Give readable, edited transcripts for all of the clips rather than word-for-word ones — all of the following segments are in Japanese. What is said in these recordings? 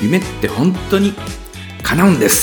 夢って本当に叶うんです。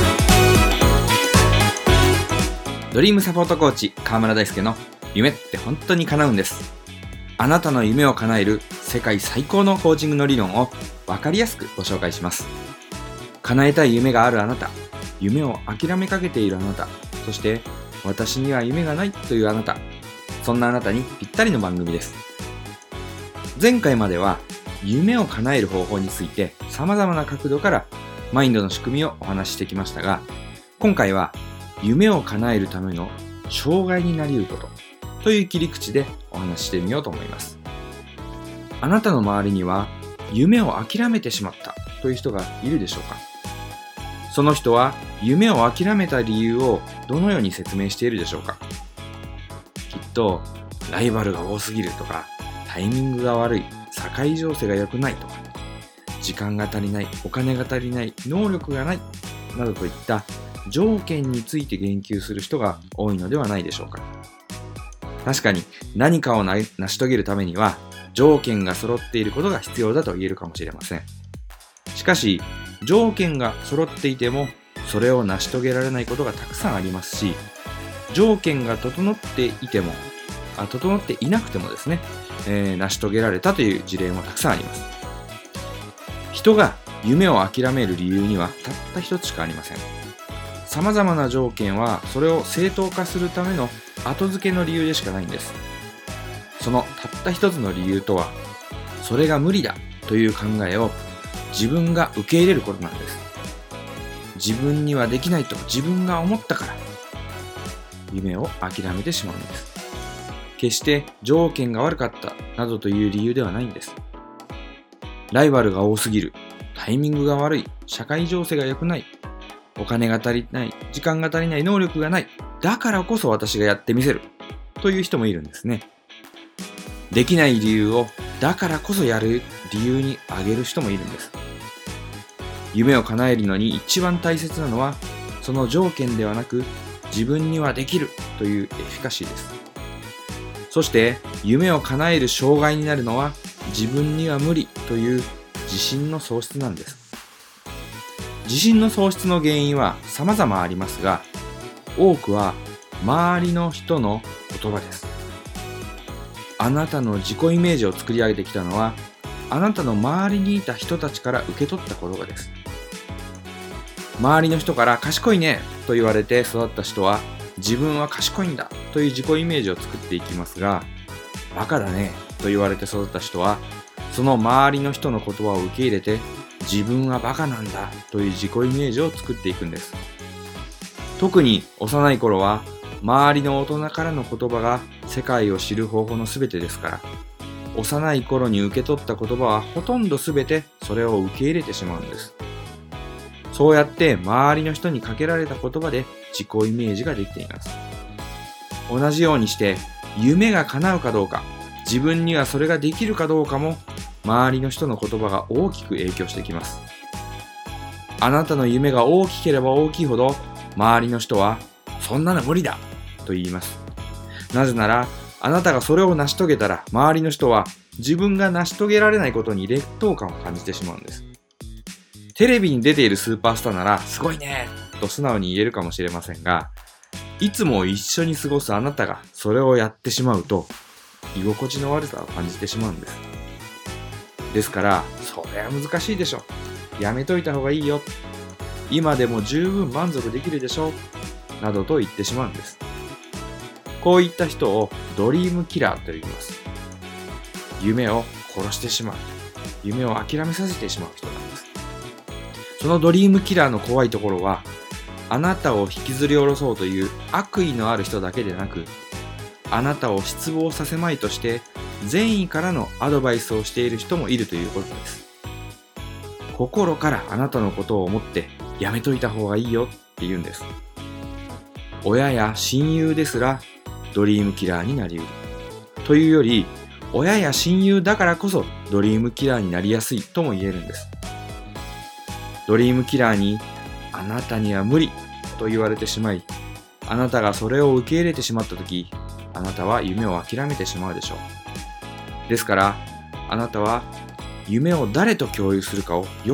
ドリームサポートコーチ川村大輔の夢って本当に叶うんです。あなたの夢を叶える世界最高のコーチングの理論を分かりやすくご紹介します。叶えたい夢があるあなた、夢を諦めかけているあなた、そして私には夢がないというあなた、そんなあなたにぴったりの番組です。前回までは夢を叶える方法について様々な角度からマインドの仕組みをお話ししてきましたが、今回は夢を叶えるための障害になり得ることという切り口でお話ししてみようと思います。あなたの周りには夢を諦めてしまったという人がいるでしょうか？その人は夢を諦めた理由をどのように説明しているでしょうか？きっとライバルが多すぎるとか、タイミングが悪い、社会情勢が良くないとか、時間が足りない、お金が足りない、能力がないなどといった条件について言及する人が多いのではないでしょうか。確かに何かを成し遂げるためには条件が揃っていることが必要だと言えるかもしれません。しかし条件が揃っていてもそれを成し遂げられないことがたくさんありますし、条件が整っていなくてもですね、成し遂げられたという事例もたくさんあります。人が夢を諦める理由にはたった一つしかありません。様々な条件はそれを正当化するための後付けの理由でしかないんです。そのたった一つの理由とは、それが無理だという考えを自分が受け入れることなんです。自分にはできないと自分が思ったから夢を諦めてしまうんです。決して条件が悪かったなどという理由ではないんです。ライバルが多すぎる、タイミングが悪い、社会情勢が良くない、お金が足りない、時間が足りない、能力がない、だからこそ私がやってみせるという人もいるんですね。できない理由をだからこそやる理由に挙げる人もいるんです。夢を叶えるのに一番大切なのは、その条件ではなく自分にはできるというエフィカシーです。そして夢を叶える障害になるのは、自分には無理という自信の喪失なんです。自信の喪失の原因は様々ありますが、多くは周りの人の言葉です。あなたの自己イメージを作り上げてきたのは、あなたの周りにいた人たちから受け取った言葉です。周りの人から賢いねと言われて育った人は、自分は賢いんだという自己イメージを作っていきますが、バカだねと言われて育った人は、その周りの人の言葉を受け入れて、自分はバカなんだという自己イメージを作っていくんです。特に幼い頃は、周りの大人からの言葉が世界を知る方法の全てですから、幼い頃に受け取った言葉はほとんど全てそれを受け入れてしまうんです。そうやって周りの人にかけられた言葉で自己イメージができています。同じようにして夢が叶うかどうか、自分にはそれができるかどうかも周りの人の言葉が大きく影響してきます。あなたの夢が大きければ大きいほど、周りの人はそんなの無理だと言います。なぜなら、あなたがそれを成し遂げたら、周りの人は自分が成し遂げられないことに劣等感を感じてしまうんです。テレビに出ているスーパースターならすごいねと素直に言えるかもしれませんが、いつも一緒に過ごすあなたがそれをやってしまうと、居心地の悪さを感じてしまうんです。ですから、それは難しいでしょ、やめといた方がいいよ、今でも十分満足できるでしょなどと言ってしまうんです。こういった人をドリームキラーと言います。夢を殺してしまう、夢を諦めさせてしまう人なんです。そのドリームキラーの怖いところは、あなたを引きずり下ろそうという悪意のある人だけでなく、あなたを失望させまいとして善意からのアドバイスをしている人もいるということです。心からあなたのことを思ってやめといた方がいいよって言うんです。親や親友ですらドリームキラーになりうるというより、親や親友だからこそドリームキラーになりやすいとも言えるんです。ドリームキラーにあなたには無理と言われてしまい、あなたがそれを受け入れてしまったとき、あなたは夢を諦めてしまうでしょう。ですから、あなたは夢を誰と共有するかをよく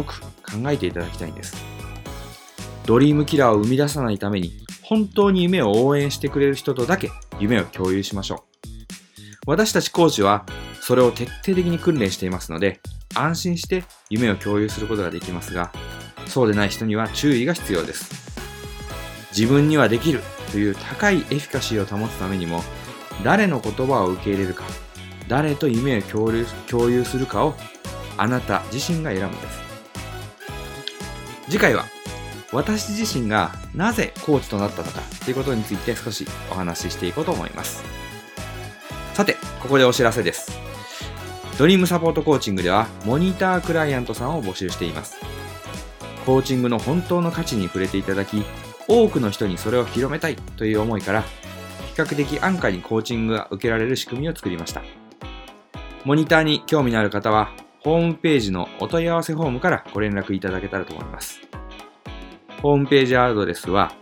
考えていただきたいんです。ドリームキラーを生み出さないために、本当に夢を応援してくれる人とだけ夢を共有しましょう。私たちコーチはそれを徹底的に訓練していますので、安心して夢を共有することができますが、そうでない人には注意が必要です。自分にはできるという高いエフィカシーを保つためにも、誰の言葉を受け入れるか、誰と夢を共有するかをあなた自身が選ぶんです。次回は私自身がなぜコーチとなったのかということについて少しお話ししていこうと思います。さて、ここでお知らせです。ドリームサポートコーチングではモニタークライアントさんを募集しています。コーチングの本当の価値に触れていただき、多くの人にそれを広めたいという思いから、比較的安価にコーチングが受けられる仕組みを作りました。モニターに興味のある方は、ホームページのお問い合わせフォームからご連絡いただけたらと思います。ホームページアドレスは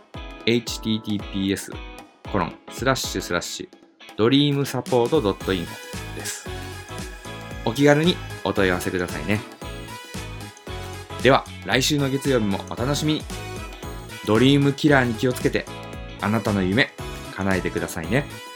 https://dreamsupport.info です。お気軽にお問い合わせくださいね。では、来週の月曜日もお楽しみに。ドリームキラーに気をつけて、あなたの夢、叶えてくださいね。